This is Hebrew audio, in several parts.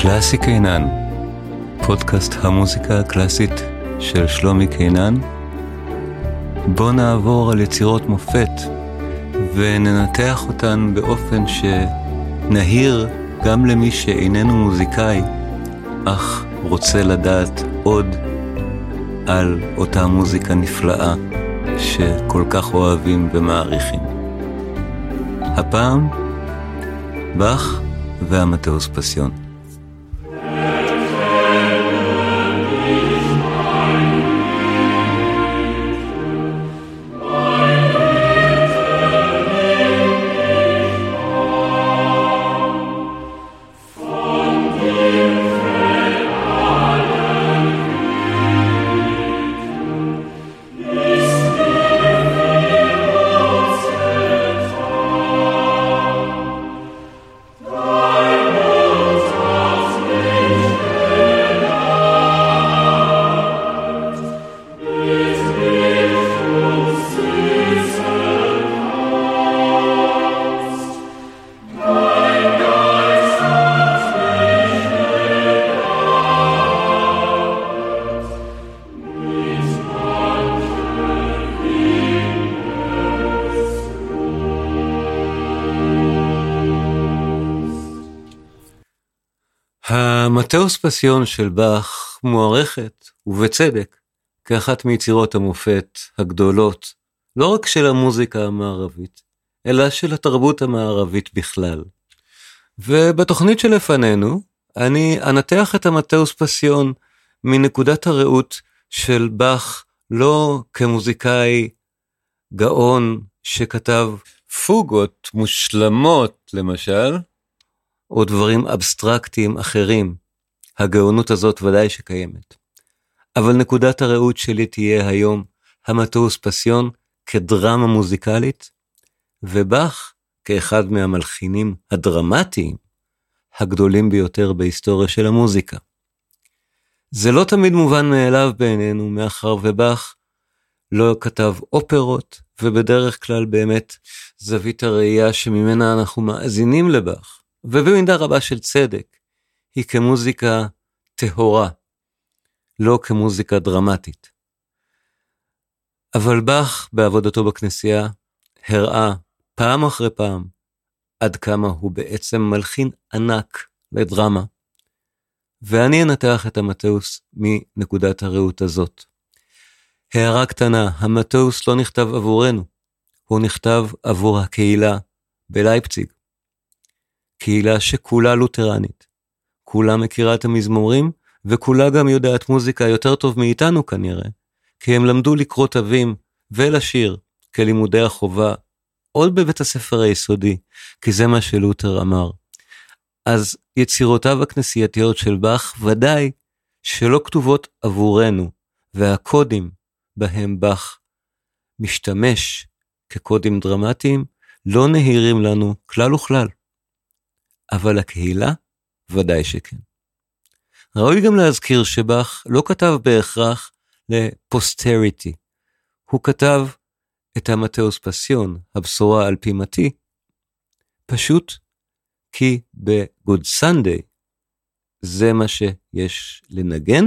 קלאסי קינן, פודקאסט המוזיקה הקלאסית של שלומי קינן. בוא נעבור על יצירות מופת וננתח אותן באופן שנהיר גם למי שאיננו מוזיקאי, אך רוצה לדעת עוד על אותה מוזיקה נפלאה שכל כך אוהבים ומעריכים. הפעם באך והמטאוס פסיון. המטאוס פסיון של באך מוערכת, ובצדק, כאחת מיצירות המופת הגדולות, לא רק של המוזיקה המערבית, אלא של התרבות המערבית בכלל. ובתוכנית שלפנינו, אני אנתח את המטאוס פסיון מנקודת הראות של באך, לא כמוזיקאי גאון שכתב פוגות מושלמות למשל, או דברים אבסטרקטיים אחרים. הגאונות הזאת ודאי שקיימת. אבל נקודת הראות שלי תהיה היום המטאוס פסיון כדרמה מוזיקלית, ובאך כאחד מהמלחינים הדרמטיים הגדולים ביותר בהיסטוריה של המוזיקה. זה לא תמיד מובן מאליו בעינינו, מאחר ובאך לא כתב אופרות, ובדרך כלל באמת זווית הראייה שממנה אנחנו מאזינים לבאך, ובמידה רבה של צדק, היא כמוזיקה טהורה, לא כמוזיקה דרמטית. אבל באך בעבודתו בכנסייה הראה פעם אחרי פעם עד כמה הוא בעצם מלחין ענק לדרמה, ואני אנתח את המטאוס מנקודת הראות הזאת. הערה קטנה, המטאוס לא נכתב עבורנו, הוא נכתב עבור הקהילה בלייפציג. קהילה שכולה לותרנית, כולה מכירה את המזמורים, וכולה גם יודעת מוזיקה יותר טוב מאיתנו כנראה, כי הם למדו לקרוא תווים ולשיר כלימודי החובה, עוד בבית הספר היסודי, כי זה מה שלותר אמר. אז יצירותיו הכנסייתיות של באך ודאי שלא כתובות עבורנו, והקודים בהם באך משתמש כקודים דרמטיים, לא נהירים לנו כלל וכלל. אבל הקהילה ודאי שכן. ראוי גם להזכיר שבאך לא כתב בהכרח לפוסטריטי. הוא כתב את המטאוס פסיון, הבשורה על פי מתי, פשוט כי בגוד סנדיי זה מה שיש לנגן,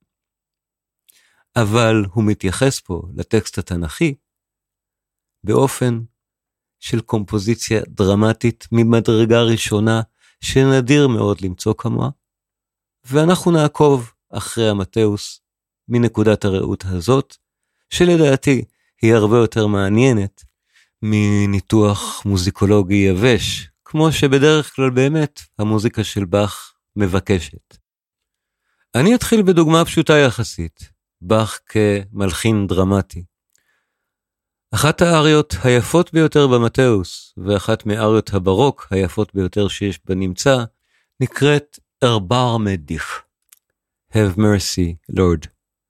אבל הוא מתייחס פה לטקסט התנ"כי באופן של קומפוזיציה דרמטית ממדרגה ראשונה, שנדיר מאוד למצוא כמוה, ואנחנו נעקוב אחרי המטאוס מנקודת הראות הזאת, שלדעתי היא הרבה יותר מעניינת מניתוח מוזיקולוגי יבש, כמו שבדרך כלל באמת המוזיקה של באך מבקשת. אני אתחיל בדוגמה פשוטה יחסית, באך כמלחין דרמטי. אחת האריות היפות ביותר במטאוס, ואחת מאריות הברוק היפות ביותר שיש בנמצא, נקראת ארבר מדיך. Have mercy, Lord.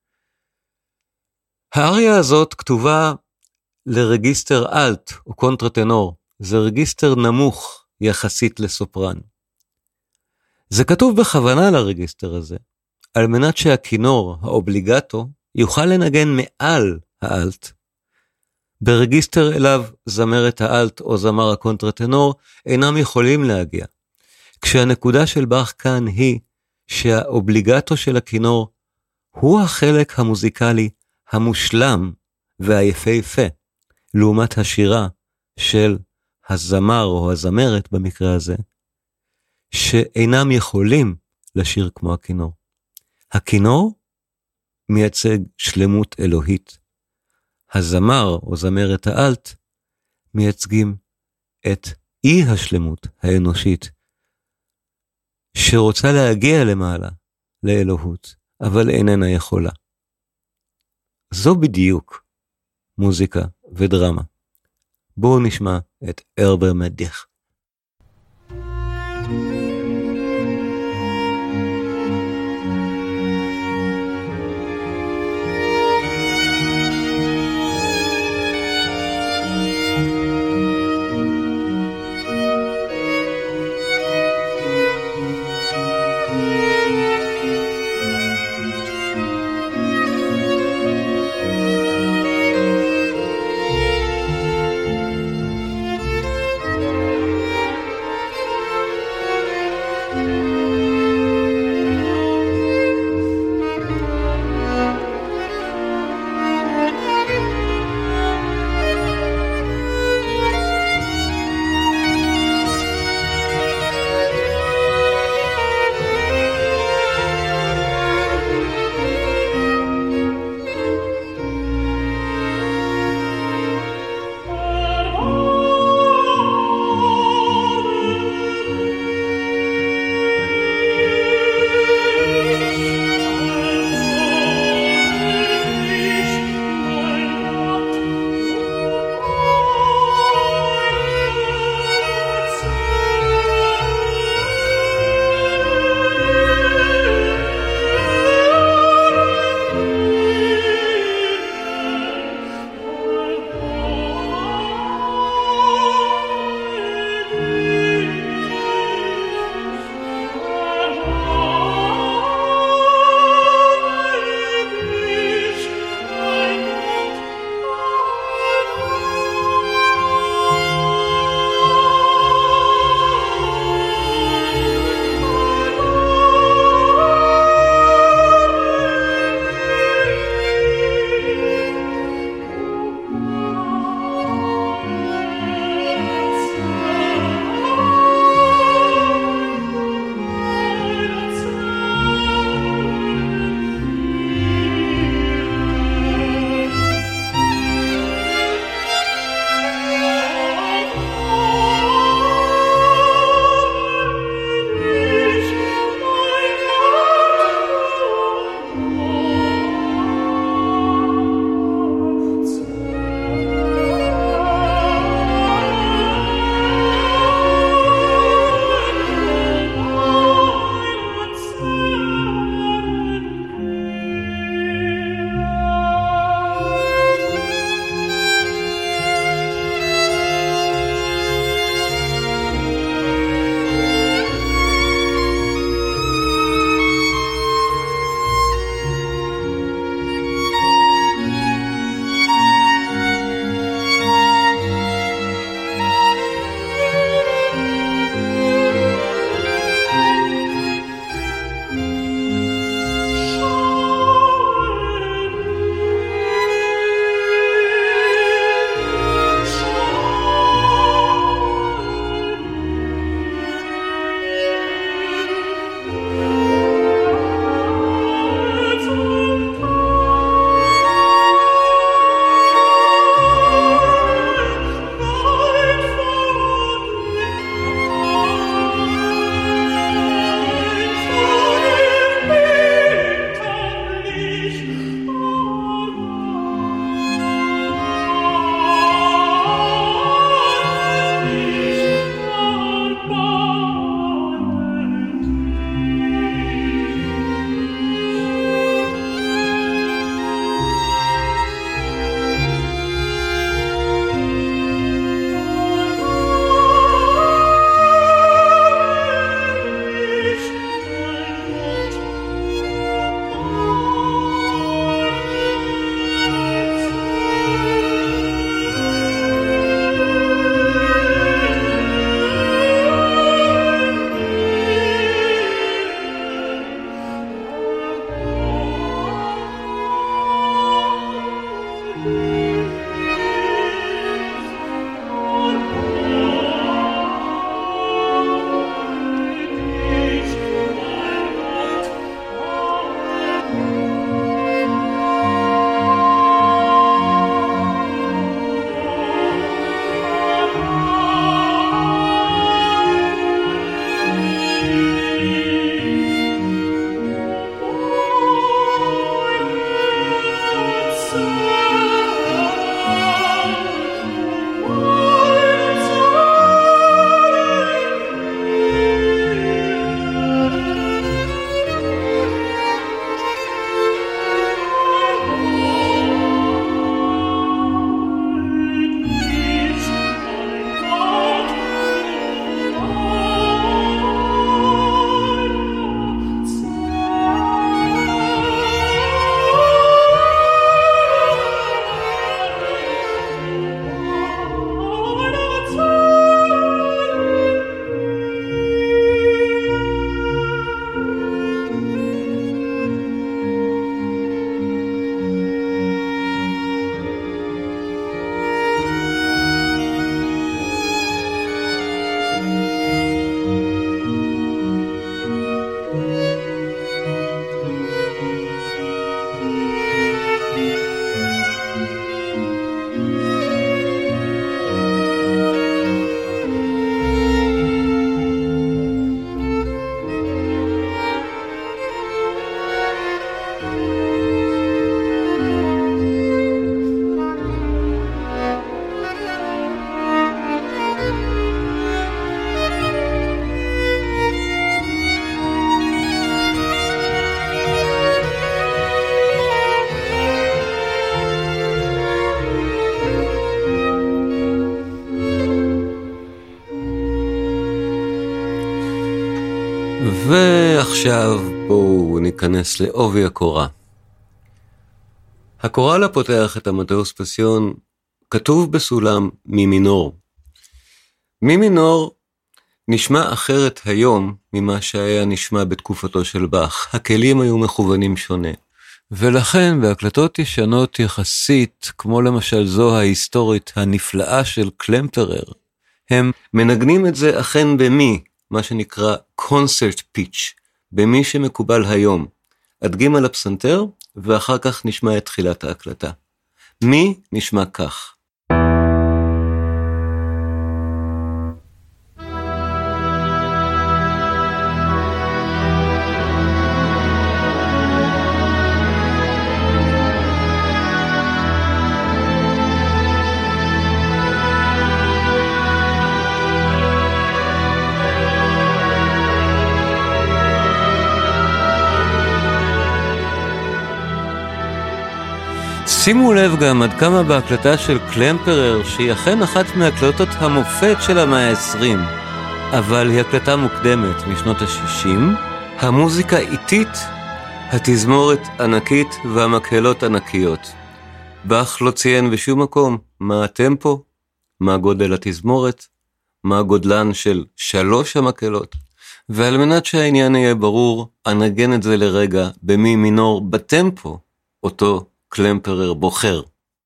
האריה הזאת כתובה לרגיסטר אלט או קונטרטנור. זה רגיסטר נמוך יחסית לסופרן. זה כתוב בכוונה לרגיסטר הזה, על מנת שהכינור, האובליגטו, יוכל לנגן מעל האלט, ברגיסטר אליו זמרת האלט או זמר הקונטרטנור אינם יכולים להגיע. כשהנקודה של באך כאן היא שהאובליגטו של הכינור הוא החלק המוזיקלי המושלם והיפהפה, לעומת השירה של הזמר או הזמרת במקרה הזה, שאינם יכולים לשיר כמו הכינור. הכינור מייצג שלמות אלוהית. הזמר או זמרת האלט מייצגים את אי השלמות האנושית, שרוצה להגיע למעלה, לאלוהות, אבל איננה יכולה. זו בדיוק מוזיקה ודרמה. בואו נשמע את ארבר מדיח. ועכשיו בואו ניכנס לעובי הקורה. הקורל הפותח את המטאוס פסיון כתוב בסולם מי מינור. מי מינור נשמע אחרת היום ממה שהיה נשמע בתקופתו של באך. הכלים היו מכוונים שונה. ולכן בהקלטות ישנות יחסית, כמו למשל זו ההיסטורית הנפלאה של קלמפרר, הם מנגנים את זה אכן במי, מה שנקרא קונצרט פיץ', במי שמקובל היום. אדגים על הפסנתר, ואחר כך נשמע את תחילת ההקלטה. מי נשמע כך. שימו לב גם עד כמה בהקלטה של קלמפרר, שהיא אכן אחת מהקלטות המופת של המאה ה-20, אבל היא הקלטה מוקדמת משנות ה-60, המוזיקה איטית, התזמורת ענקית והמקהלות ענקיות. באך לא ציין בשום מקום מה הטמפו, מה גודל התזמורת, מה גודלן של 3 המקהלות, ועל מנת שהעניין יהיה ברור, אנגן את זה לרגע במי מינור בטמפו, אותו קלמפרר בוחר.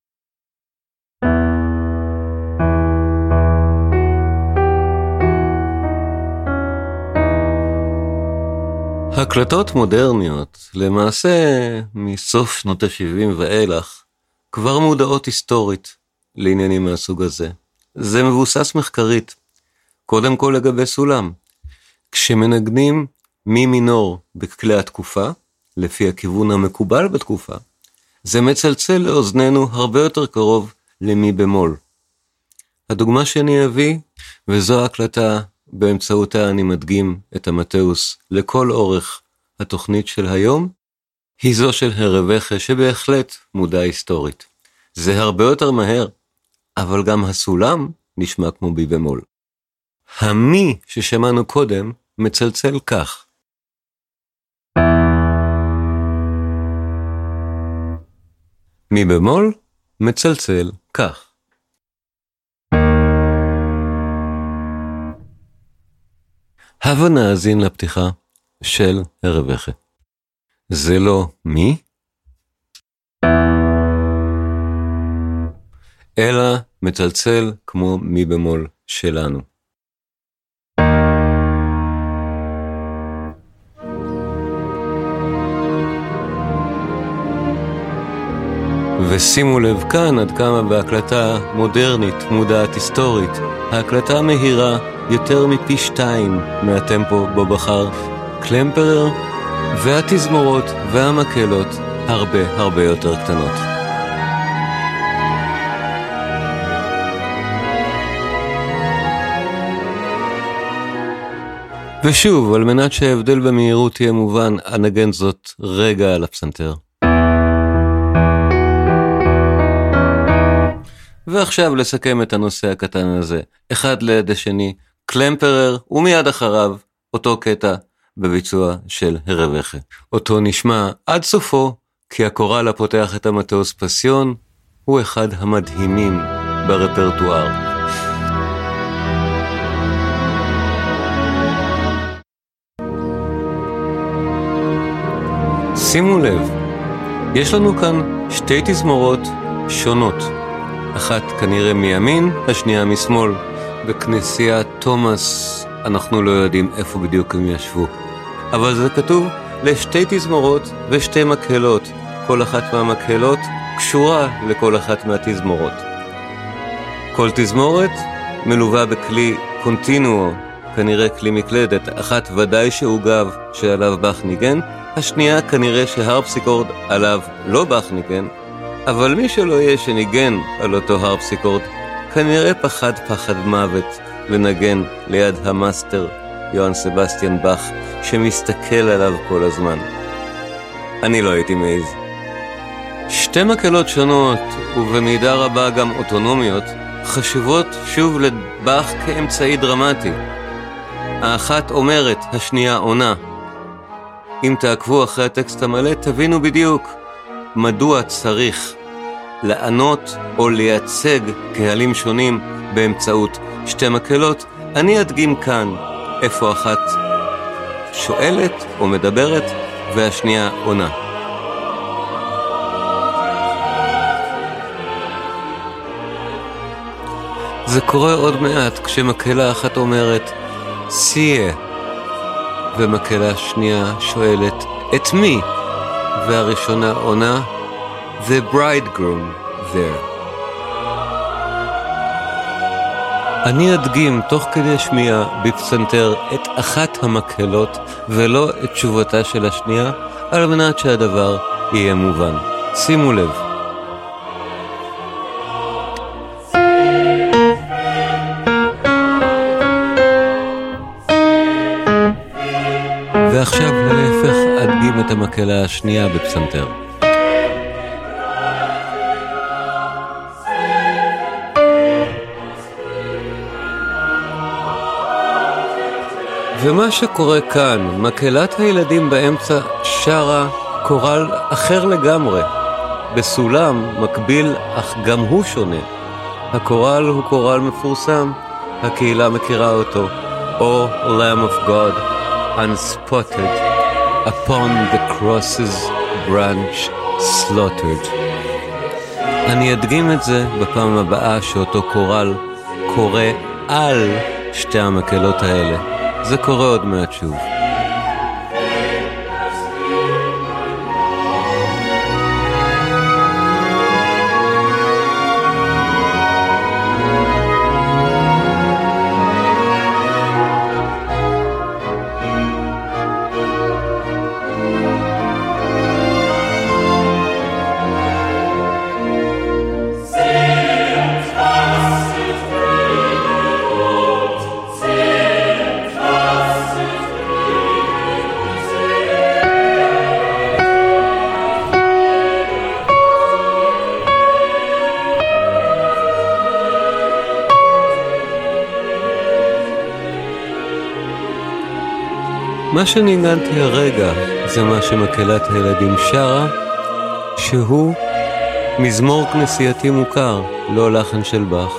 הקלטות מודרניות, למעשה מסוף שנות ה-70 ואילך, כבר מודעות היסטורית לעניינים מהסוג הזה. זה מבוסס מחקרית, קודם כל לגבי סולם. כשמנגנים מי מינור בכלי התקופה, לפי הכיוון המקובל בתקופה, זה מצלצל לאוזננו הרבה יותר קרוב למי במול. הדוגמה שאני אביא, וזו ההקלטה באמצעותה אני מדגים את המטאוס לכל אורך התוכנית של היום, היא זו של הרווחה שבהחלט מודע היסטורית. זה הרבה יותר מהר, אבל גם הסולם נשמע כמו בי במול. המי ששמענו קודם מצלצל כך. מי במול מצלצל כך. הבה נאזין לפתיחה של הרווחה. זה לא מי, אלא מצלצל כמו מי במול שלנו. ושימו לב כאן עד כמה בהקלטה מודרנית, מודעת היסטורית, ההקלטה מהירה יותר מפי 2 מהטמפו בו בחר קלמפרר, והתזמורות והמקהלות הרבה יותר קטנות. ושוב, על מנת שההבדל במהירות יהיה מובן, אנגן זאת רגע על הפסנתר. ועכשיו לסכם את הנושא הקטן הזה, אחד ליד השני, קלמפרר ומיד אחריו אותו קטע בביצוע של הרווחה. אותו נשמע עד סופו, כי הקורל הפותח את המטאוס פסיון הוא אחד המדהימים ברפרטואר. שימו לב, יש לנו כאן 2 תזמורות שונות. אחת כנראה מימין, השנייה משמאל. בכנסיית תומאס אנחנו לא יודעים איפה בדיוק הם ישבו. אבל זה כתוב ל2 תזמורות ו2 מקהלות. כל אחת מהמקהלות קשורה לכל אחת מהתזמורות. כל תזמורת מלווה בכלי קונטינואו, כנראה כלי מקלדת. אחת ודאי שהוא גב שעליו באך ניגן, השנייה כנראה שהרפסיקורד עליו לא באך ניגן, אבל מי שלא יהיה שניגן על אותו הרפסיקורד, כנראה פחד מוות לנגן ליד המאסטר יוהאן סבסטיאן באך, שמסתכל עליו כל הזמן. אני לא הייתי מעיז. 2 מקהלות שונות, ובמידה רבה גם אוטונומיות, חשובות שוב לבאך כאמצעי דרמטי. האחת אומרת, השנייה עונה. אם תעקבו אחרי הטקסט המלא, תבינו בדיוק מדוע צריך לענות או לייצג קהלים שונים באמצעות שתי מקהלות. אני אדגים כאן איפה אחת שואלת או מדברת והשנייה עונה. זה קורה עוד מעט כשמקהלה אחת אומרת סיה, ומקהלה שנייה שואלת את מי, והראשונה עונה The bridegroom there. אני אדגים תוך כדי שמיעה בפסנתר את אחת המקהלות ולא את תשובתה של השנייה, על מנת שהדבר יהיה מובן. שימו לב. ועכשיו להפך אדגים את המקהלה השנייה בפסנתר. ומה שקורה כאן, מקהלת הילדים באמצע שרה קורל אחר לגמרי, בסולם מקביל אך גם הוא שונה. הקורל הוא קורל מפורסם, הקהילה מכירה אותו. O Lamb of God, unspotted, upon the cross's branch slaughtered. אני אדגים את זה בפעם הבאה שאותו קורל קורא על שתי המקהלות האלה. זה קורה עוד מעט שוב. מה שניגנתי הרגע זה מה שמקהלת הילדים שרה, שהוא מזמור כנסייתי מוכר, לא לחן של באך.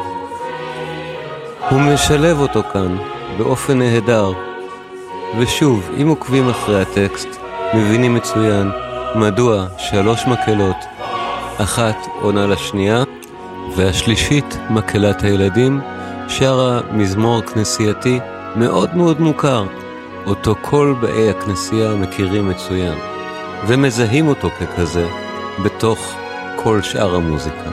הוא משלב אותו כאן באופן נהדר, ושוב, אם עוקבים אחרי הטקסט, מבינים מצוין מדוע שלוש מקהלות, אחת עונה לשנייה, והשלישית, מקהלת הילדים, שרה מזמור כנסייתי מאוד מאוד מוכר, אותו כל באי הכנסייה מכירים מצוין, ומזהים אותו ככזה בתוך כל שאר המוזיקה.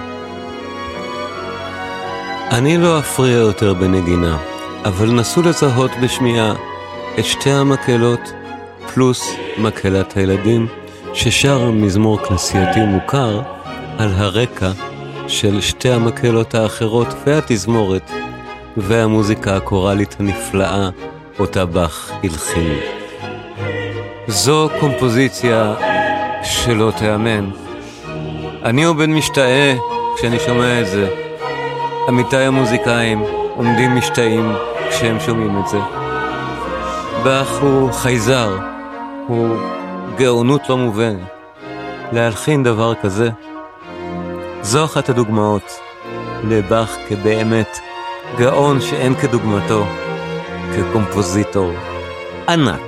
אני לא אפריע יותר בנגינה, אבל נסו לזהות בשמיעה את שתי המקהלות פלוס מקהלת הילדים ששר מזמור כנסייתי מוכר על הרקע של שתי המקהלות האחרות והתזמורת והמוזיקה הקורלית הנפלאה אותה באך הלחין. זו קומפוזיציה שלא תאמן. אני עובד משתאה כשאני שומע את זה. עמיתי המוזיקאים עומדים משתאים כשהם שומעים את זה. באך הוא חייזר, הוא גאונות לא מובנת. להלחין דבר כזה, זו אחת הדוגמאות לבאך כבאמת גאון שאין כדוגמתו, כקומפוזיטור ענק.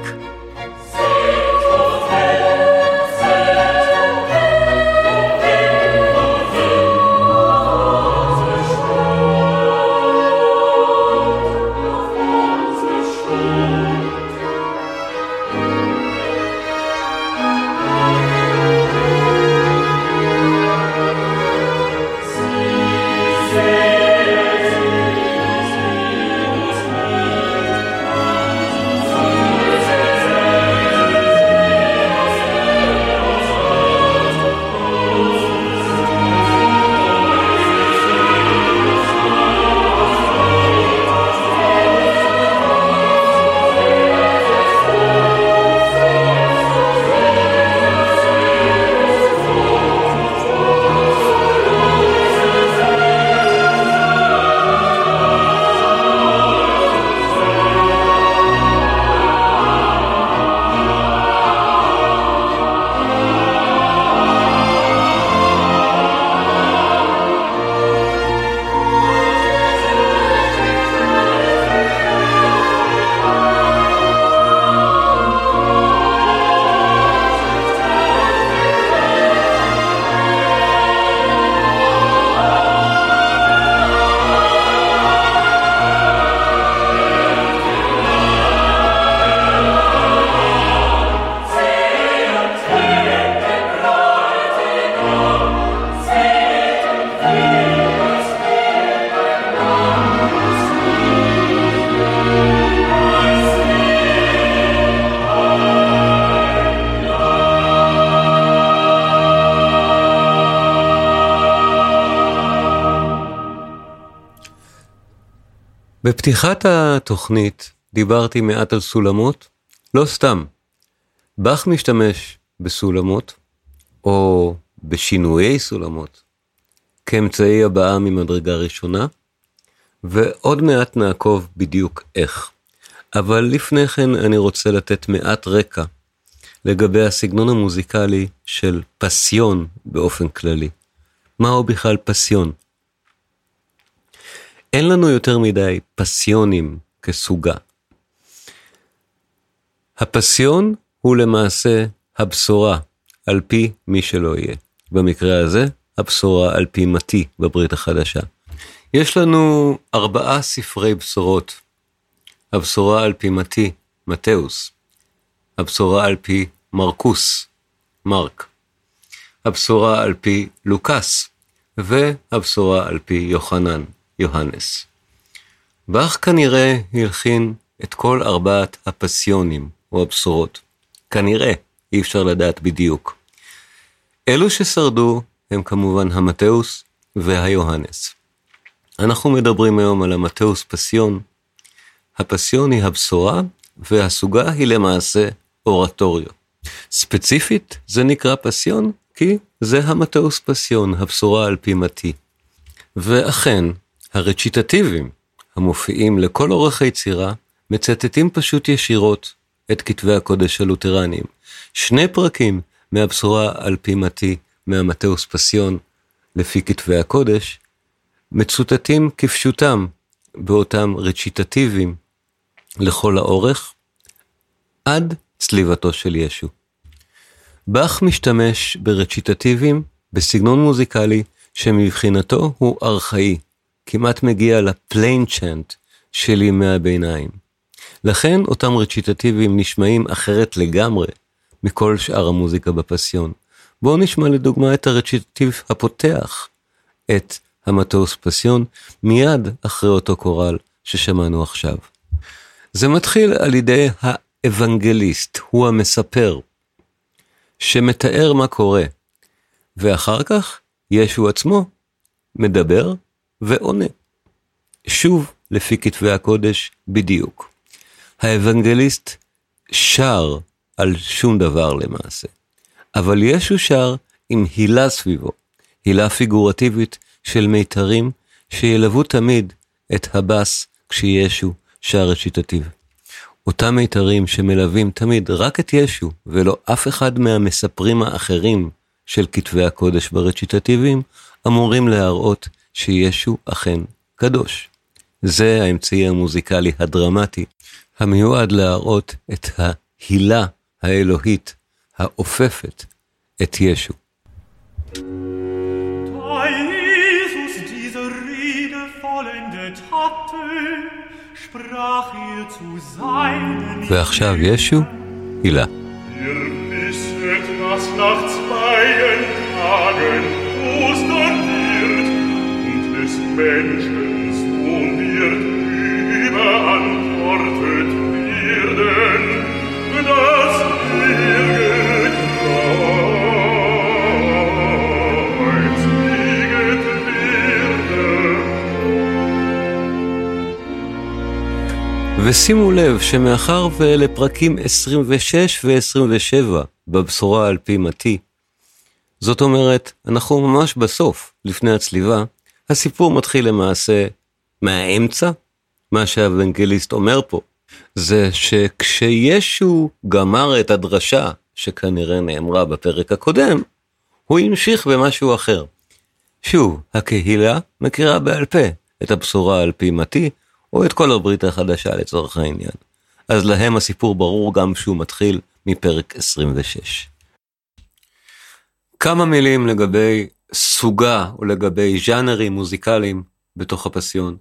בפתיחת התוכנית דיברתי מעט על סולמות, לא סתם. באך משתמש בסולמות, או בשינויי סולמות, כאמצעי הבאה ממדרגה ראשונה, ועוד מעט נעקוב בדיוק איך. אבל לפני כן אני רוצה לתת מעט רקע לגבי הסגנון המוזיקלי של פסיון באופן כללי. מהו בכלל פסיון? אין לנו יותר מדי פסיונים כסוגה. הפסיון הוא למעשה הבשורה על פי מי שלא יהיה. במקרה הזה, הבשורה על פי מתי בברית החדשה. יש לנו 4 ספרי בשורות. הבשורה על פי מתי, מתאוס. הבשורה על פי מרקוס, מרק. הבשורה על פי לוקאס. והבשורה על פי יוחנן, יוהנס. באך כנראה הלחין את כל 4 הפסיונים או הבשורות. כנראה, אי אפשר לדעת בדיוק. אלו ששרדו הם כמובן המתאוס והיוהנס. אנחנו מדברים היום על המתאוס פסיון. הפסיון היא הבשורה, והסוגה היא למעשה אורטוריו. ספציפית זה נקרא פסיון, כי זה המתאוס פסיון, הבשורה על פי מתי. ואכן, הרציטטיבים המופיעים לכל אורך היצירה, מצטטים פשוט ישירות את כתבי הקודש הלותרניים. 2 פרקים מהבשורה על פי מתי, מהמתאוס פסיון, לפי כתבי הקודש, מצוטטים כפשוטם באותם רציטטיבים לכל האורך, עד צליבתו של ישו. באך משתמש ברציטטיבים בסגנון מוזיקלי שמבחינתו הוא ארכאי, כמעט מגיע לפליין צ'אנט של ימי הביניים. לכן אותם רציטטיבים נשמעים אחרת לגמרי מכל שאר המוזיקה בפסיון. בואו נשמע לדוגמה את הרציטטיב הפותח את המתאוס פסיון מיד אחרי אותו קורל ששמענו עכשיו. זה מתחיל על ידי האבנגליסט, הוא המספר, שמתאר מה קורה, ואחר כך ישו עצמו מדבר ועונה. שוב לפי כתבי הקודש בדיוק. האבנגליסט שר על שום דבר למעשה, אבל ישו שר עם הילה סביבו, הילה פיגורטיבית של מיתרים שילוו תמיד את הבאס כשישו שר רציטטיב. אותם מיתרים שמלווים תמיד רק את ישו ולא אף אחד מהמספרים האחרים של כתבי הקודש ברציטטיבים, אמורים להראות שישו אכן קדוש. זה האמצעי המוזיקלי הדרמטי המיועד להראות את ההילה האלוהית האופפת את ישו. ועכשיו ישו, הילה. ושימו לב שמאחר ולפרקים 26 ו-27 בבשורה על פי מתי, זאת אומרת, אנחנו ממש בסוף, לפני הצליבה, הסיפור מתחיל למעשה מהאמצע. מה שהאבנגליסט אומר פה, זה שכשישו גמר את הדרשה, שכנראה נאמרה בפרק הקודם, הוא המשיך במשהו אחר. שוב, הקהילה מכירה בעל פה את הבשורה על פי מתי, או את כל הברית החדשה לצורך העניין. אז להם הסיפור ברור גם שהוא מתחיל מפרק 26. כמה מילים לגבי סוגה או לגבי ז'אנרים מוזיקליים בתוך הפסיון.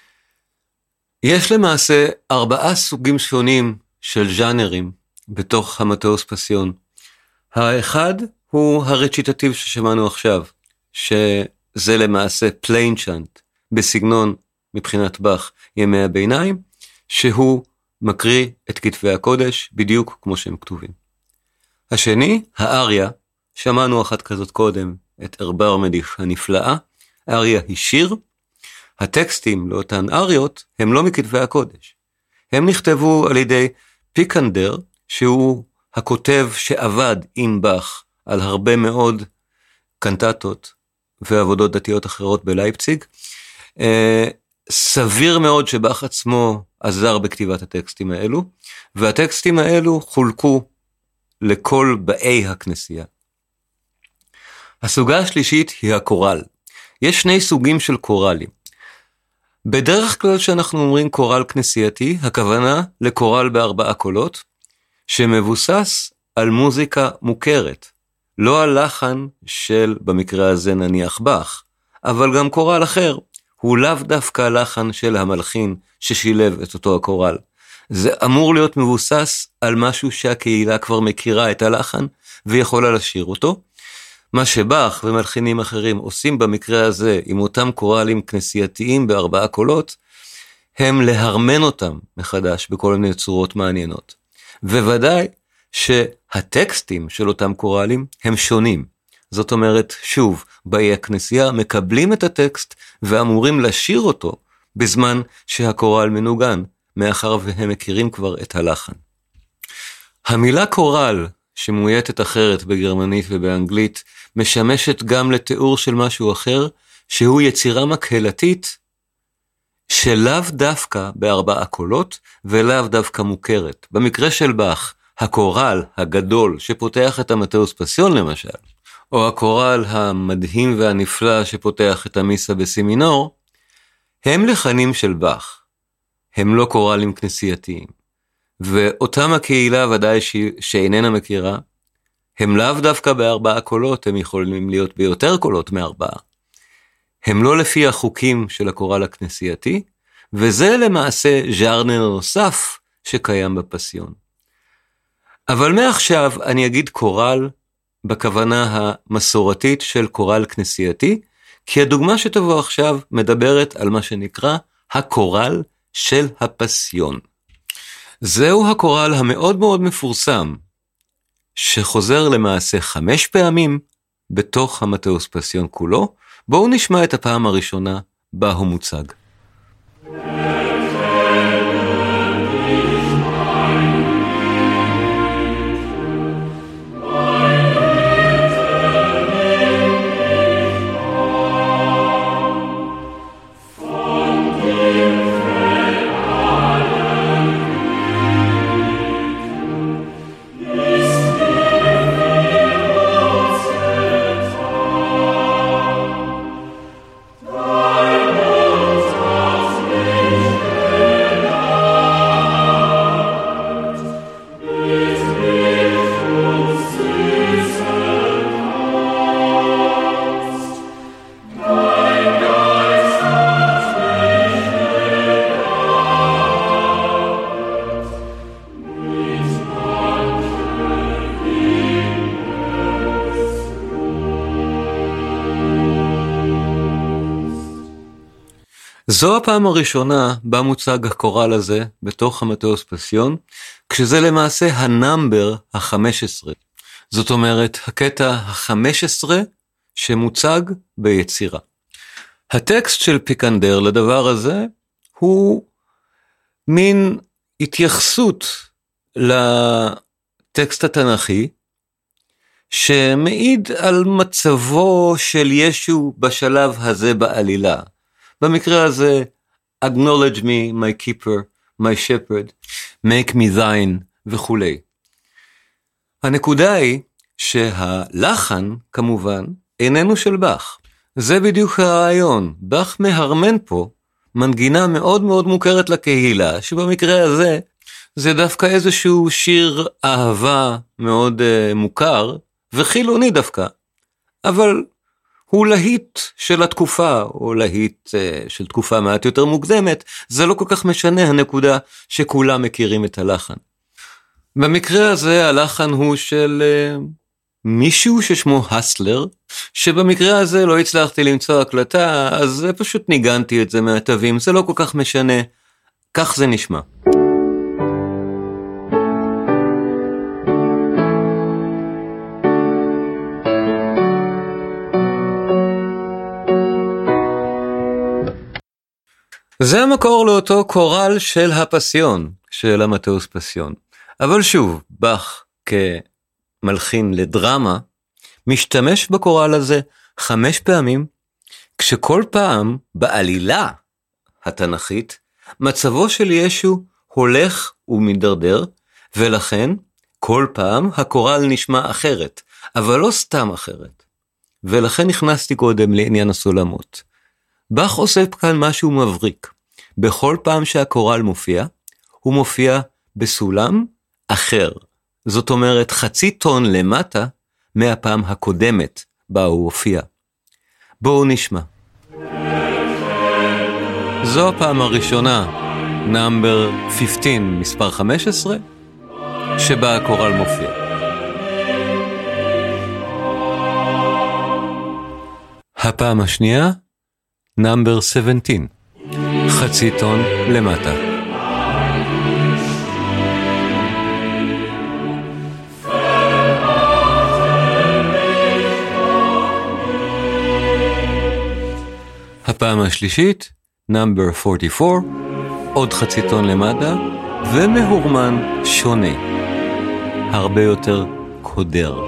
יש למעשה 4 סוגים שונים של ז'אנרים בתוך המתאוס פסיון. האחד הוא הרציטטיב ששמענו עכשיו, שזה למעשה פליין צ'אנט, בסגנון מבחינת באך ימי הביניים, שהוא מקריא את כתבי הקודש בדיוק כמו שהם כתובים. השני, האריה, שמענו אחת כזאת קודם, את ארבר מדיך הנפלאה. האריה היא שיר, הטקסטים לאותן אריות הם לא מכתבי הקודש. הם נכתבו על ידי פיקנדר, שהוא הכותב שעבד עם באך על הרבה מאוד קנטטות ועבודות דתיות אחרות בלייפציג. סביר מאוד שבאך עצמו עזר בכתיבת הטקסטים האלו, והטקסטים האלו חולקו לכל באי הכנסייה. הסוגה השלישית היא הקורל. יש שני סוגים של קורלים. בדרך כלל שאנחנו אומרים קורל כנסייתי, הכוונה לקורל ב4 קולות, שמבוסס על מוזיקה מוכרת, לא על לחן של, במקרה הזה נניח באך, אבל גם קורל אחר, הוא לאו דווקא לחן של המלחין ששילב את אותו הקורל. זה אמור להיות מבוסס על משהו שהקהילה כבר מכירה את הלחן, ויכולה לשיר אותו. מה שבאך ומלחינים אחרים עושים במקרה הזה עם אותם קורלים כנסייתיים ב4 קולות, הם להרמן אותם מחדש בכל מיני צורות מעניינות. וודאי שהטקסטים של אותם קורלים הם שונים. זאת אומרת, שוב, באי הכנסייה מקבלים את הטקסט ואמורים לשיר אותו בזמן שהקורל מנוגן, מאחר והם מכירים כבר את הלחן. המילה קורל, שמויתת אחרת בגרמנית ובאנגלית, משמשת גם לתיאור של משהו אחר, שהוא יצירה מקהלתית, שלאו דווקא ב4 קולות, ולאו דווקא מוכרת. במקרה של באך, הקורל הגדול שפותח את המתאוס פסיון למשל, או הקורל המדהים והנפלא שפותח את המיסה בסימינור, הם לחנים של באך, הם לא קורלים כנסייתיים. ואותם הקהילה ודאי שאיננה מכירה, הם לאו דווקא ב4 קולות, הם יכולים להיות ביותר קולות מ4. הם לא לפי החוקים של הקורל הכנסייתי, וזה למעשה ז'אנר נוסף שקיים בפסיון. אבל מעכשיו אני אגיד קורל בכוונה המסורתית של קורל כנסייתי, כי הדוגמה שתבוא עכשיו מדברת על מה שנקרא הקורל של הפסיון. זהו הקורל המאוד מאוד מפורסם, שחוזר למעשה 5 פעמים בתוך המתאוס פסיון כולו. בואו נשמע את הפעם הראשונה בה הוא מוצג. זו הפעם הראשונה בה מוצג הקורל הזה בתוך המתאוס פסיון, כשזה למעשה הנאמבר ה-15. זאת אומרת, הקטע ה-15 שמוצג ביצירה. הטקסט של פיקנדר לדבר הזה הוא מין התייחסות לטקסט התנ"כי, שמעיד על מצבו של ישו בשלב הזה בעלילה. במקרה הזה, acknowledge me, my keeper, my shepherd, make me thine וכו'. הנקודה היא שהלחן, כמובן, איננו של באך. זה בדיוק הרעיון. באך מהרמן פה מנגינה מאוד מאוד מוכרת לקהילה, שבמקרה הזה זה דווקא איזשהו שיר אהבה מאוד מוכר, וחילוני דווקא. אבל הוא להיט של התקופה, או להיט של תקופה מעט יותר מוקדמת, זה לא כל כך משנה הנקודה שכולם מכירים את הלחן. במקרה הזה הלחן הוא של מישהו ששמו הסלר, שבמקרה הזה לא הצלחתי למצוא הקלטה, אז פשוט ניגנתי את זה מהתווים, זה לא כל כך משנה, כך זה נשמע. זה המקור לאותו קורל של הפסיון, של המתאוס פסיון. אבל שוב, באך כמלחין לדרמה, משתמש בקורל הזה 5 פעמים, כשכל פעם בעלילה התנ"כית, מצבו של ישו הולך ומדרדר, ולכן כל פעם הקורל נשמע אחרת, אבל לא סתם אחרת. ולכן נכנסתי קודם לעניין הסולמות. באך עושה כאן משהו מבריק. בכל פעם שהקורל מופיע, הוא מופיע בסולם אחר. זאת אומרת, חצי טון למטה מהפעם הקודמת בה הוא הופיע. בואו נשמע. זו הפעם הראשונה, נאמבר 15, מספר 15, שבה הקורל מופיע. הפעם השנייה, נאמבר 17, חצי טון למטה. הפעם השלישית, נאמבר 44, עוד חצי טון למטה, ומהורמן שונה, הרבה יותר קודר.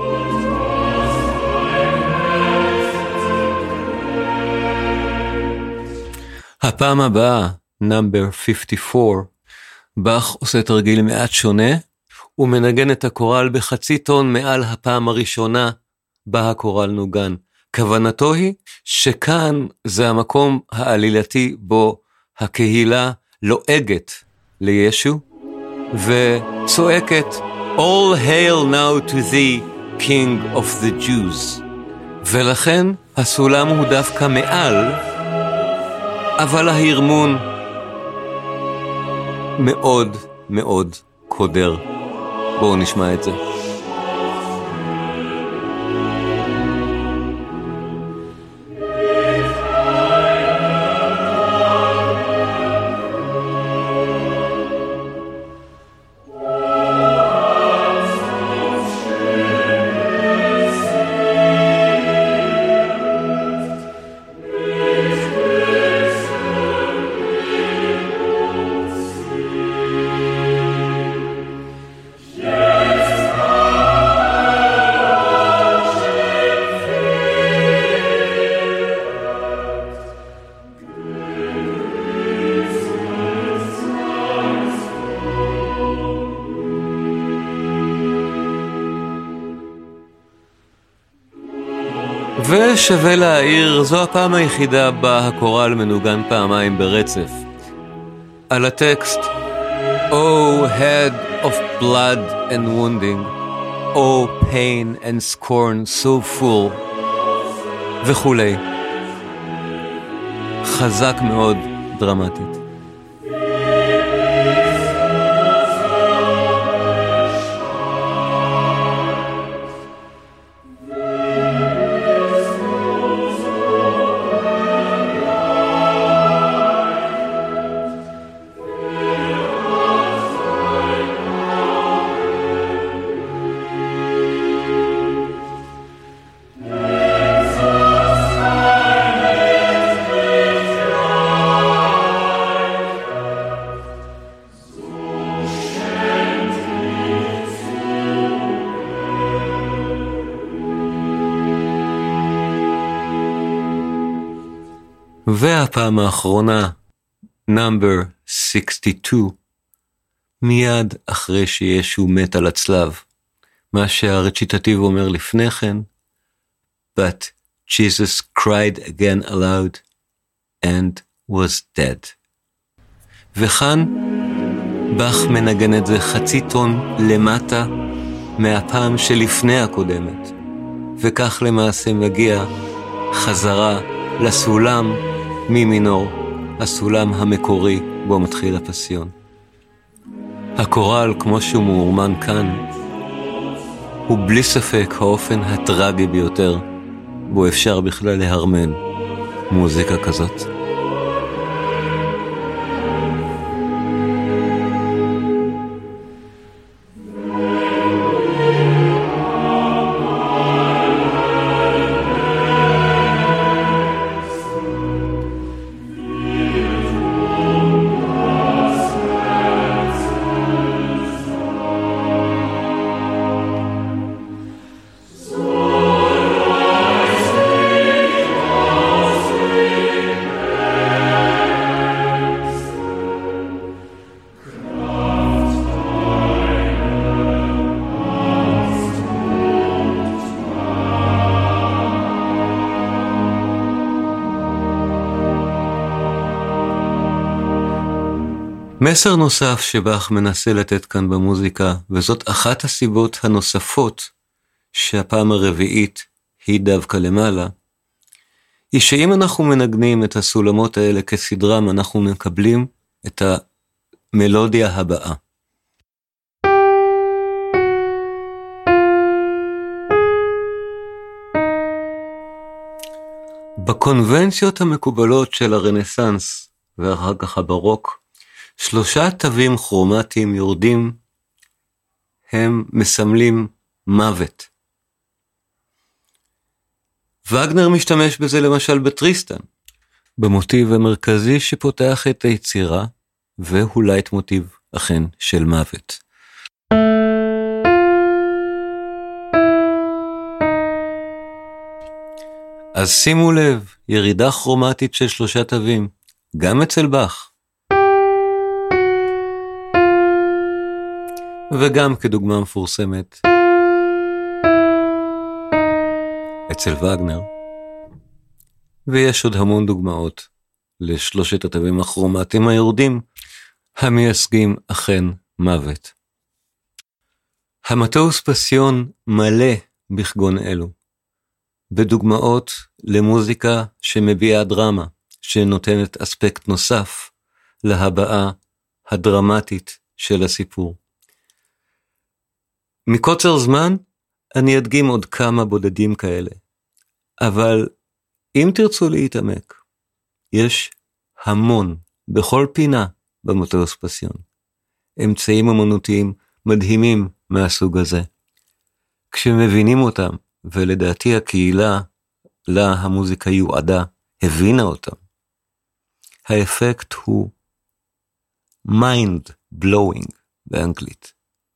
הפעם הבאה, נאמבר 54, באך עושה תרגיל מעט שונה, הוא מנגן את הקורל בחצי טון מעל הפעם הראשונה בה הקורל נוגן. כוונתו היא שכאן זה המקום העלילתי בו הקהילה לועגת לישו וצועקת All hail now to thee, King of the Jews. ולכן הסולם הוא דווקא מעל, אבל ההרמון מאוד מאוד קודר. בואו נשמע את זה. ושווה להעיר, זו הפעם היחידה בה הקורל מנוגן פעמיים ברצף. על הטקסט, Oh head of blood and wounding, Oh pain and scorn so full, וכולי. חזק מאוד, דרמטית. והפעם האחרונה, נאמבר 62, מיד אחרי שישו מת על הצלב, מה שהרציטטיב אומר לפני כן, But Jesus cried again aloud and was dead. וכאן, באך מנגן את זה חצי טון למטה מהפעם שלפני הקודמת, וכך למעשה מגיע חזרה לסולם ממינור, הסולם המקורי בו מתחיל הפסיון. הקורל, כמו שהוא מאורמן כאן, הוא בלי ספק האופן הטרגי ביותר בו אפשר בכלל להרמן מוזיקה כזאת. מסר נוסף שבאך מנסה לתת כאן במוזיקה, וזאת אחת הסיבות הנוספות שהפעם הרביעית היא דווקא למעלה, היא שאם אנחנו מנגנים את הסולמות האלה כסדרם, אנחנו מקבלים את המלודיה הבאה. בקונבנציות המקובלות של הרנסנס ואחר כך הברוק, 3 תווים כרומטיים יורדים, הם מסמלים מוות. וגנר משתמש בזה למשל בטריסטן, במוטיב המרכזי שפותח את היצירה, והוא לייט מוטיב אכן של מוות. אז שימו לב, ירידה כרומטית של 3 תווים, גם אצל באך. וגם כדוגמה מפורסמת אצל וגנר. ויש עוד המון דוגמאות ל3 התווים הכרומטיים היורדים, המייצגים אכן מוות. המתאוס פסיון מלא בכגון אלו, בדוגמאות למוזיקה שמביאה דרמה, שנותנת אספקט נוסף להבעה הדרמטית של הסיפור. מקוצר זמן אני אדגים עוד כמה בודדים כאלה, אבל אם תרצו להתעמק, יש המון בכל פינה במתאוס פסיון, אמצעים אמנותיים מדהימים מהסוג הזה. כשמבינים אותם, ולדעתי הקהילה לה המוזיקה יועדה הבינה אותם, האפקט הוא mind blowing באנגלית.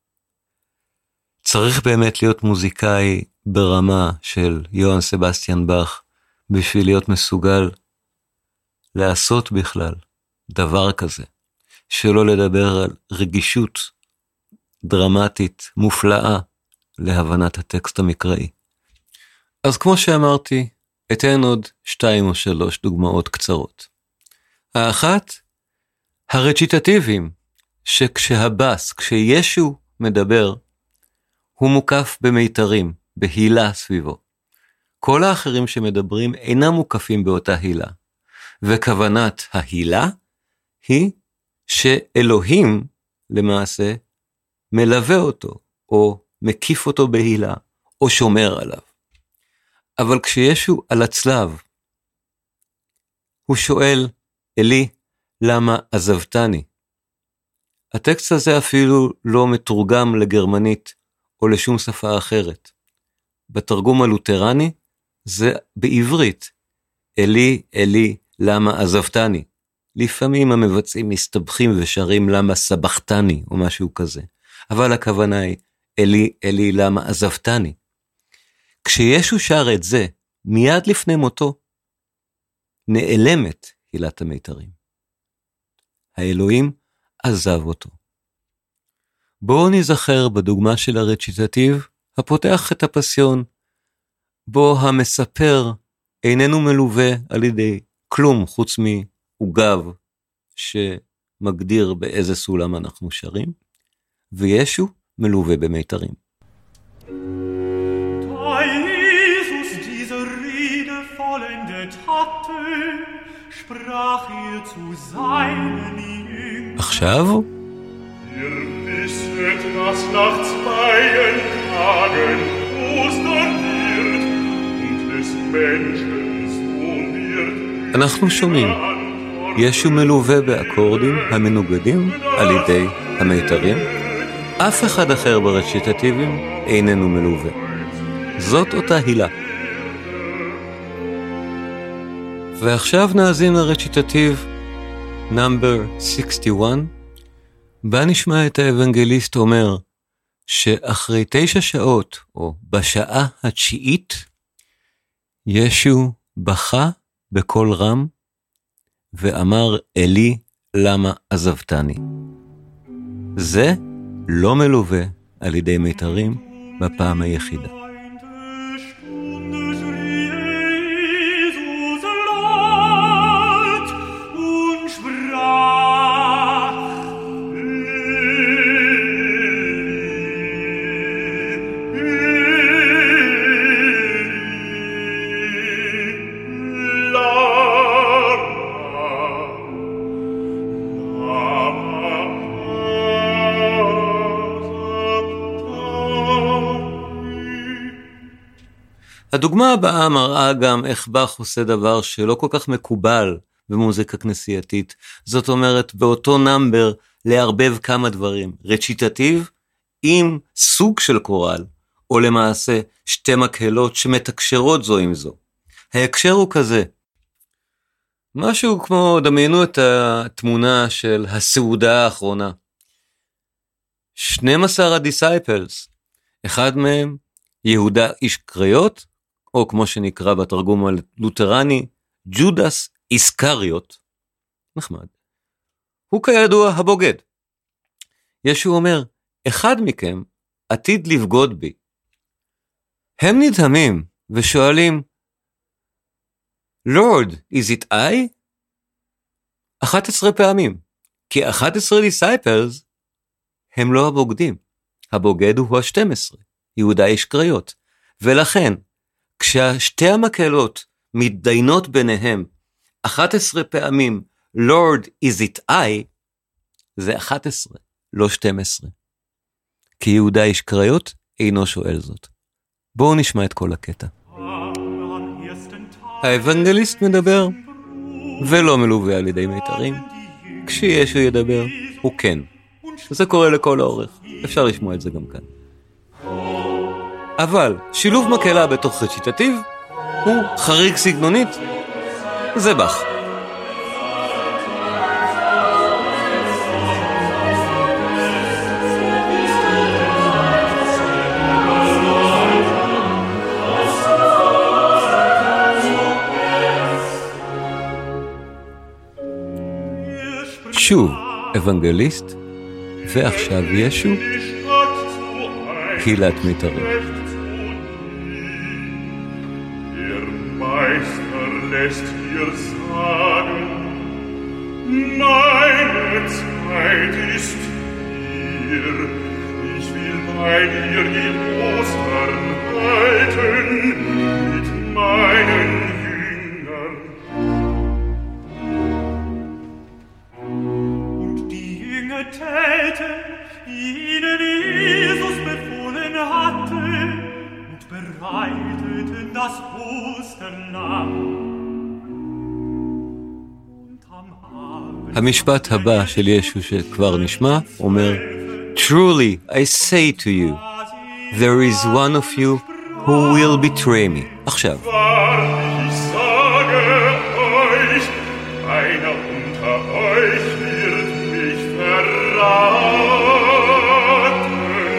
צריך באמת להיות מוזיקאי ברמה של יוהאן סבסטיאן באך, בשביל להיות מסוגל לעשות בכלל דבר כזה, שלא לדבר על רגישות דרמטית מופלאה להבנת הטקסט המקראי. אז כמו שאמרתי, אתן עוד 2 או 3 דוגמאות קצרות. האחת, הרציטטיביים, שכשהבאס, כשישו מדבר, הוא מוקף במיתרים, בהילה סביבו. כל האחרים שמדברים אינם מוקפים באותה הילה. וכוונת ההילה היא שאלוהים למעשה מלווה אותו, או מקיף אותו בהילה, או שומר עליו. אבל כשישו על הצלב, הוא שואל, אלי, למה עזבתני? הטקסט הזה אפילו לא מתורגם לגרמנית או לשום שפה אחרת. בתרגום הלותרני זה בעברית, אלי, אלי, למה עזבתני? לפעמים המבצעים מסתבכים ושרים למה סבכתני או משהו כזה. אבל הכוונה היא, אלי, אלי, למה עזבתני? כשישו שר את זה, מיד לפני מותו, נעלמת הילת המיתרים. האלוהים עזב אותו. בואו נזכר בדוגמה של הרציטטיב, הפותח את הפסיון, בו המספר איננו מלווה על ידי כלום חוץ מעוגב שמגדיר באיזה סולם אנחנו שרים, וישו מלווה במיתרים. עכשיו אנחנו שומעים ישו מלווה באקורדים המנוגדים על ידי המיתרים, אף אחד אחר ברציטטיבים איננו מלווה. זאת אותה הילה. ועכשיו נאזין לרציטטיב נאמבר 61, בה נשמע את האבנגליסט אומר שאחרי 9 שעות, או בשעה התשיעית, ישו בכה בקול רם, ואמר אלי למה עזבתני. זה לא מלווה על ידי מיתרים בפעם היחידה. הדוגמה הבאה מראה גם איך באך עושה דבר שלא כל כך מקובל במוזיקה כנסייתית. זאת אומרת, באותו נאמבר לערבב כמה דברים. רציטטיב עם סוג של קורל, או למעשה שתי מקהלות שמתקשרות זו עם זו. ההקשר הוא כזה. משהו כמו, דמיינו את התמונה של הסעודה האחרונה. 12 הדיסייפלס, אחד מהם יהודה איש קריות, או כמו שנקרא בתרגום הלותרני, ג'ודס איסקריות. נחמד. הוא כידוע הבוגד. ישו אומר, אחד מכם עתיד לבגוד בי. הם נדהמים ושואלים, Lord, is it I? 11 פעמים, כי 11 disciples הם לא הבוגדים. הבוגד הוא ה-12, יהודה איש קריות. ולכן, כששתי המקהלות מתדיינות ביניהם 11 פעמים, Lord, is it I? זה 11, לא 12. כי יהודה איש קריות אינו שואל זאת. בואו נשמע את כל הקטע. האבנגליסט מדבר, ולא מלווה על ידי מיתרים. כשישו ידבר, הוא כן. זה קורה לכל האורך. אפשר לשמוע את זה גם כאן. אבל שילוב מקהלה בתוך רציטטיב הוא חריג סגנונית. זה באך. שוב אבנגליסט, ועכשיו ישו, קהילת מיתרים. Der Meister lässt dir sagen, meine Zeit ist hier, ich will bei dir die Ostern halten, mit meinen Jüngern. Und die Jünger täten, ihnen Jesus befohlen hatte, und bereiteten das Osterlamm. המשפט הבא של ישו שכבר נשמע אומר, Truly I say to you, there is one of you who will betray me. עכשיו. Ich sage euch, einer unter euch wird mich verraten.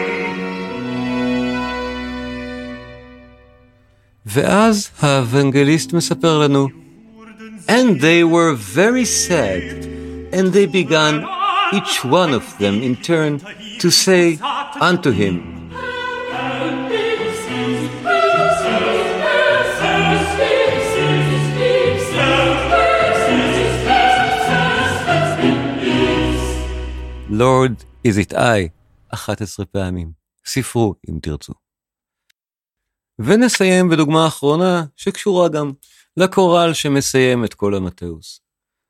ואז האבנגליסט מספר לנו, And they were very sad, and they began, each one of them in turn, to say unto him, Lord, is it I? 11 פעמים. ספרו אם תרצו. ונסיים בדוגמה אחרונה שקשורה גם לקורל שמסיים את כל המתאוס.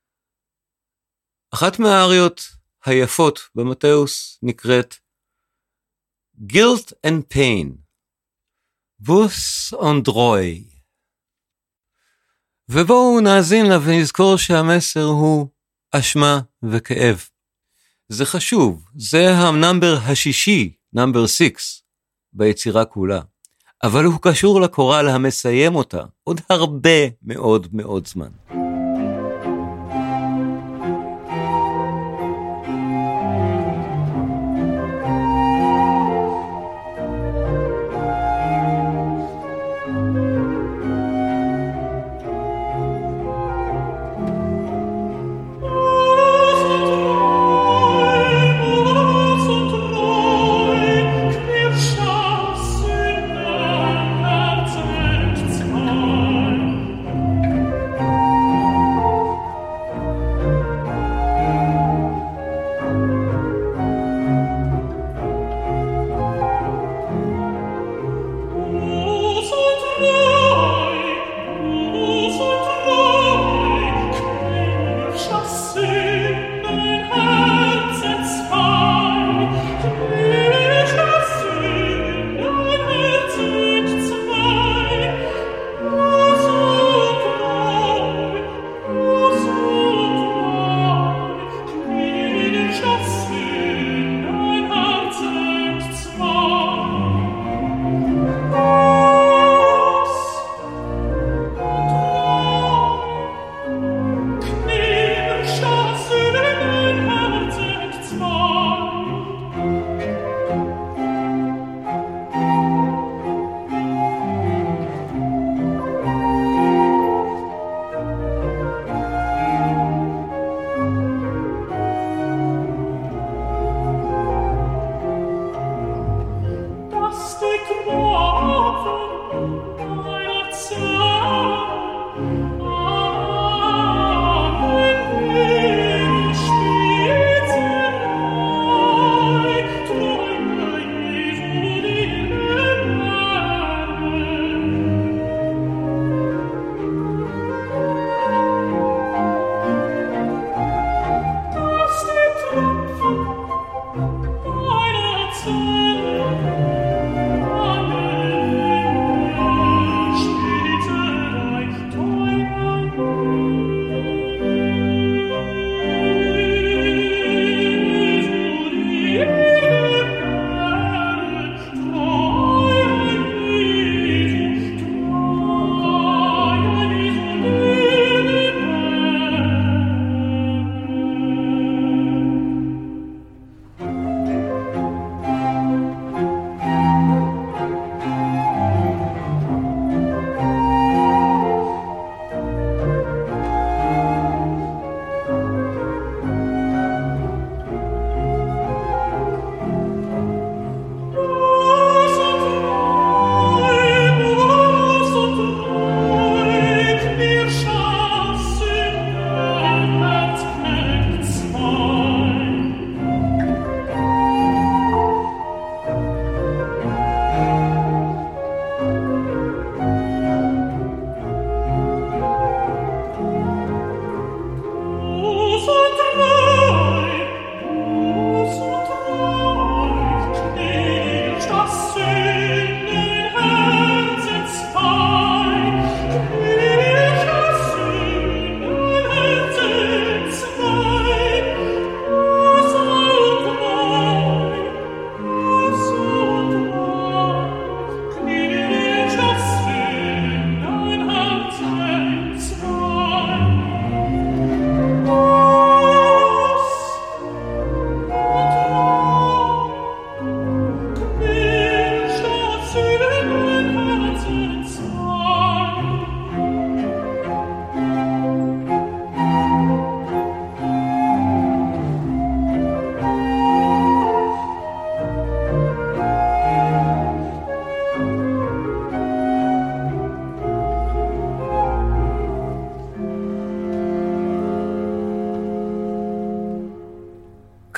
אחת מהאריות היפות במתאוס נקראת Guilt and Pain, בוס אונדרוי. ובואו נאזין לה ונזכור שהמסר הוא אשמה וכאב. זה חשוב, זה הנאמבר השישי, נאמבר 6, ביצירה כולה. אבל הוא קשור לקורל המסיים אותה עוד הרבה מאוד מאוד זמן.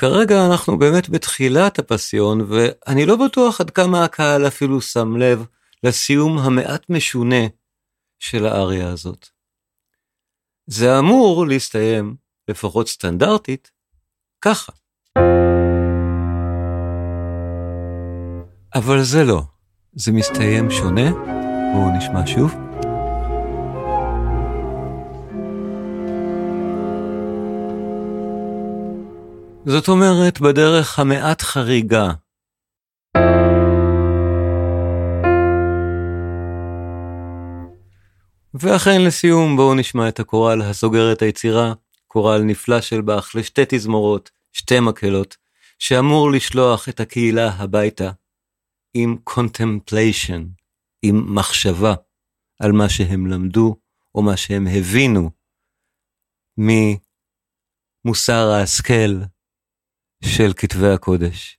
כרגע אנחנו באמת בתחילת הפסיון, ואני לא בטוח עד כמה הקהל אפילו שם לב לסיום המעט משונה של האריה הזאת. זה אמור להסתיים, לפחות סטנדרטית, ככה. אבל זה לא. זה מסתיים שונה. בואו נשמע שוב. זאת אומרת, בדרך המעט חריגה. ואכן לסיום בואו נשמע את הקורל הסוגר את היצירה, קורל נפלא של באך לשתי תזמורות, שתי מקהלות, שאמור לשלוח את הקהילה הביתה עם contemplation, עם מחשבה על מה שהם למדו או מה שהם הבינו ממוסר ההשכל של כתבי הקודש.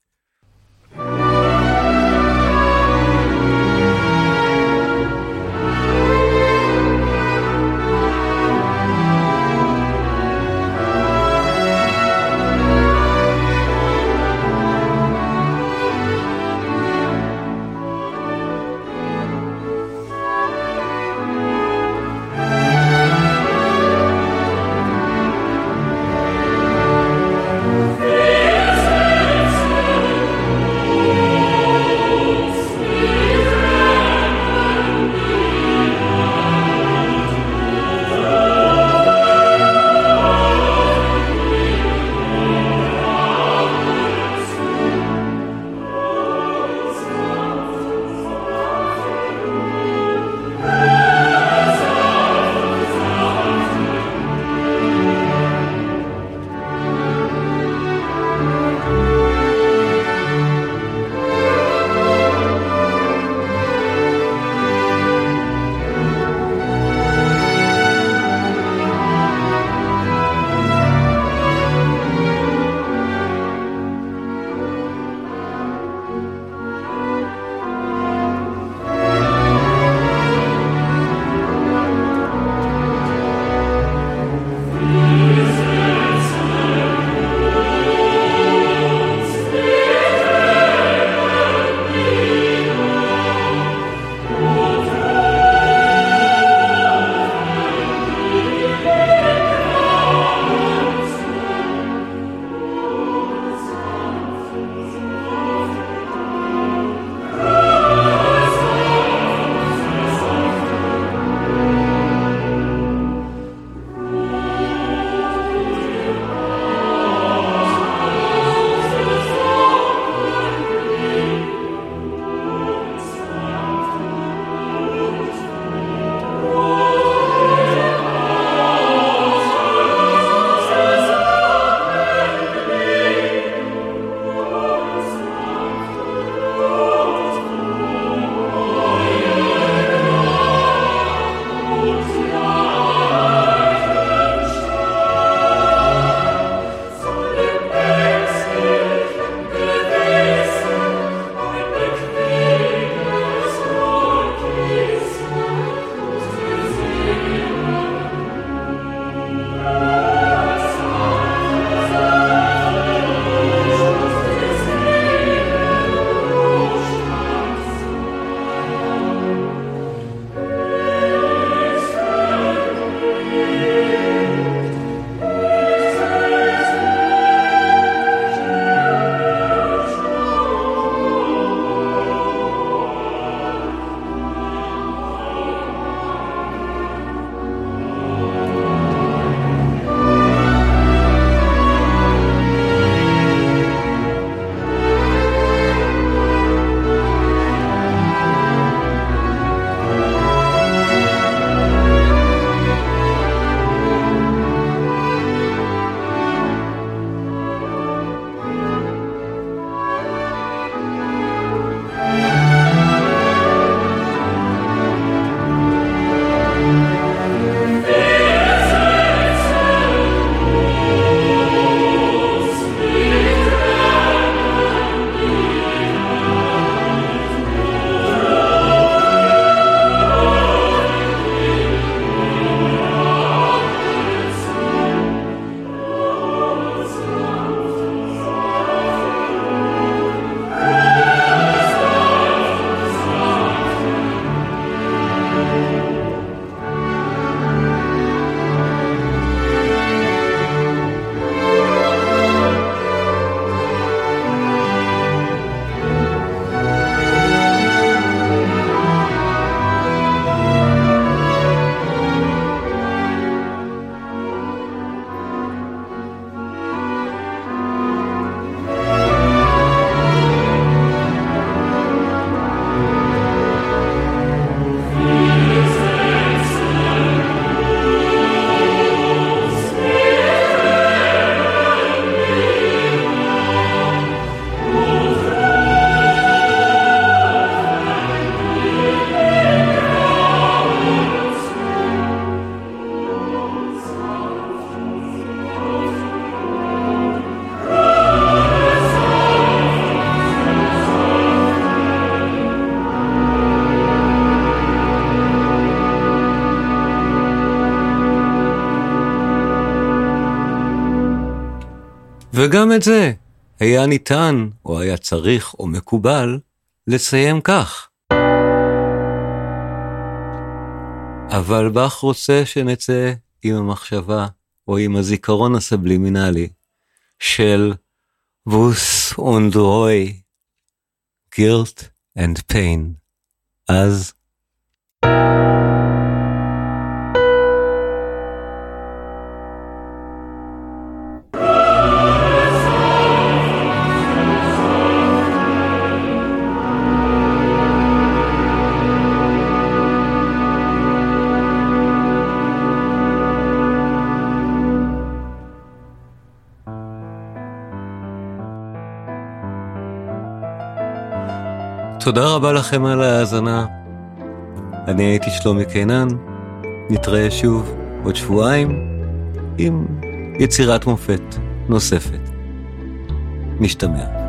Yes, וגם את זה היה ניתן, או היה צריך, או מקובל, לסיים כך. אבל באך רוצה שנצא עם המחשבה, או עם הזיכרון הסבלימינלי, של ווס und Reue, guilt and pain. אז תודה רבה לכם על ההאזנה. אני הייתי שלומי קינן. נתראה שוב עוד שבועיים עם יצירת מופת נוספת. נשתמע.